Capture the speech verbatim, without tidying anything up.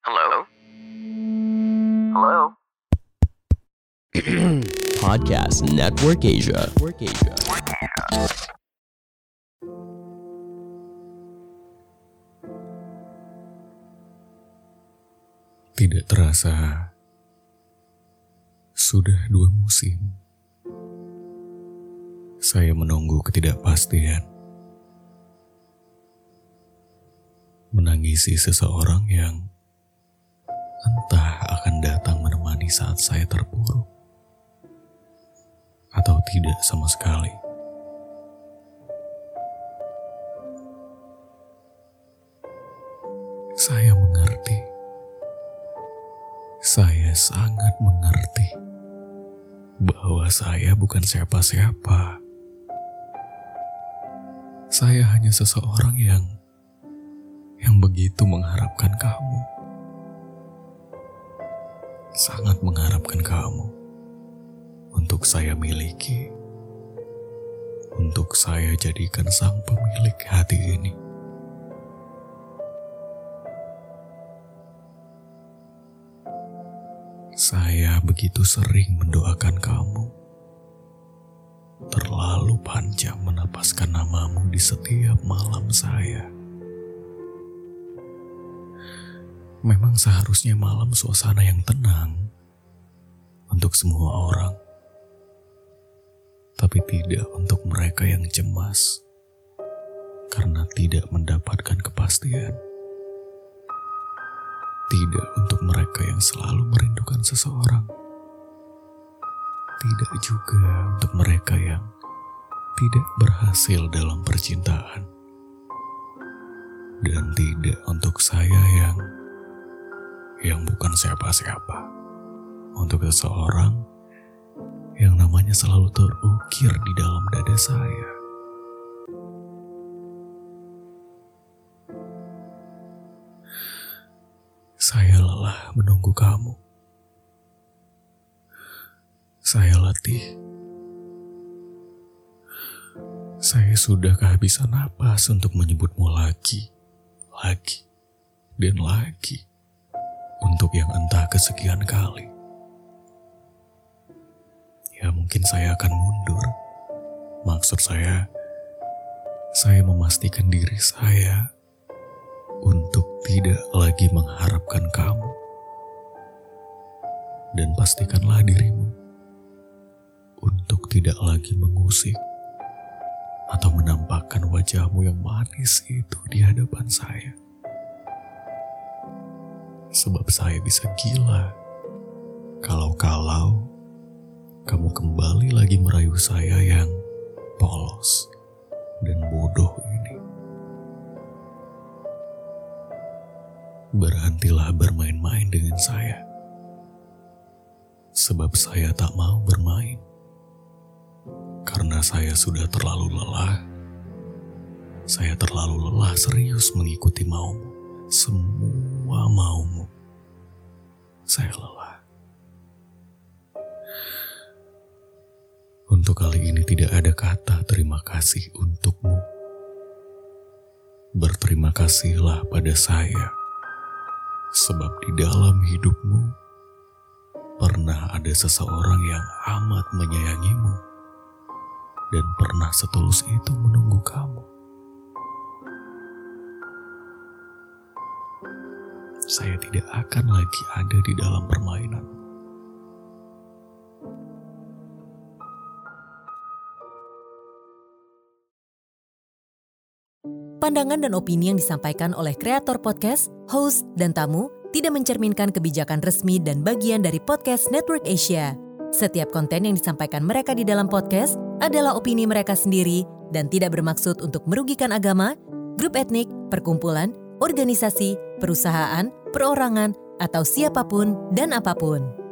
Hello? Hello? Podcast Network Asia. Network Asia. Tidak terasa, sudah dua musim saya menunggu ketidakpastian, menangisi seseorang yang entah akan datang menemani saat saya terpuruk atau tidak sama sekali. Saya mengerti. Saya sangat mengerti bahwa saya bukan siapa-siapa. Saya hanya seseorang yang yang begitu mengharapkan kamu. Sangat mengharapkan kamu untuk saya miliki, untuk saya jadikan sang pemilik hati ini. Saya begitu sering mendoakan kamu, terlalu panjang menapaskan namamu di setiap malam saya. Memang seharusnya malam suasana yang tenang untuk semua orang, tapi tidak untuk mereka yang cemas karena tidak mendapatkan kepastian. Tidak untuk mereka yang selalu merindukan seseorang. Tidak juga untuk mereka yang tidak berhasil dalam percintaan. Dan tidak untuk saya yang yang bukan siapa-siapa. Untuk seseorang yang namanya selalu terukir di dalam dada saya. Saya lelah menunggu kamu. Saya letih. Saya sudah kehabisan napas untuk menyebutmu lagi, lagi, dan lagi. Untuk yang entah kesekian kali. Ya mungkin saya akan mundur. Maksud saya, saya memastikan diri saya untuk tidak lagi mengharapkan kamu. Dan pastikanlah dirimu untuk tidak lagi mengusik atau menampakkan wajahmu yang manis itu di hadapan saya. Sebab saya bisa gila kalau-kalau kamu kembali lagi merayu saya yang polos dan bodoh ini. Berhentilah bermain-main dengan saya. Sebab saya tak mau bermain. Karena saya sudah terlalu lelah. Saya terlalu lelah serius mengikuti maumu. Semua maumu. Saya lelah. Untuk kali ini tidak ada kata terima kasih untukmu. Berterima kasihlah pada saya. Sebab di dalam hidupmu pernah ada seseorang yang amat menyayangimu dan pernah setulus itu menunggu kamu. Saya tidak akan lagi ada di dalam permainan. Pandangan dan opini yang disampaikan oleh kreator podcast, host, dan tamu tidak mencerminkan kebijakan resmi dan bagian dari podcast Network Asia. Setiap konten yang disampaikan mereka di dalam podcast adalah opini mereka sendiri dan tidak bermaksud untuk merugikan agama, grup etnik, perkumpulan, organisasi, perusahaan, perorangan, atau siapapun dan apapun.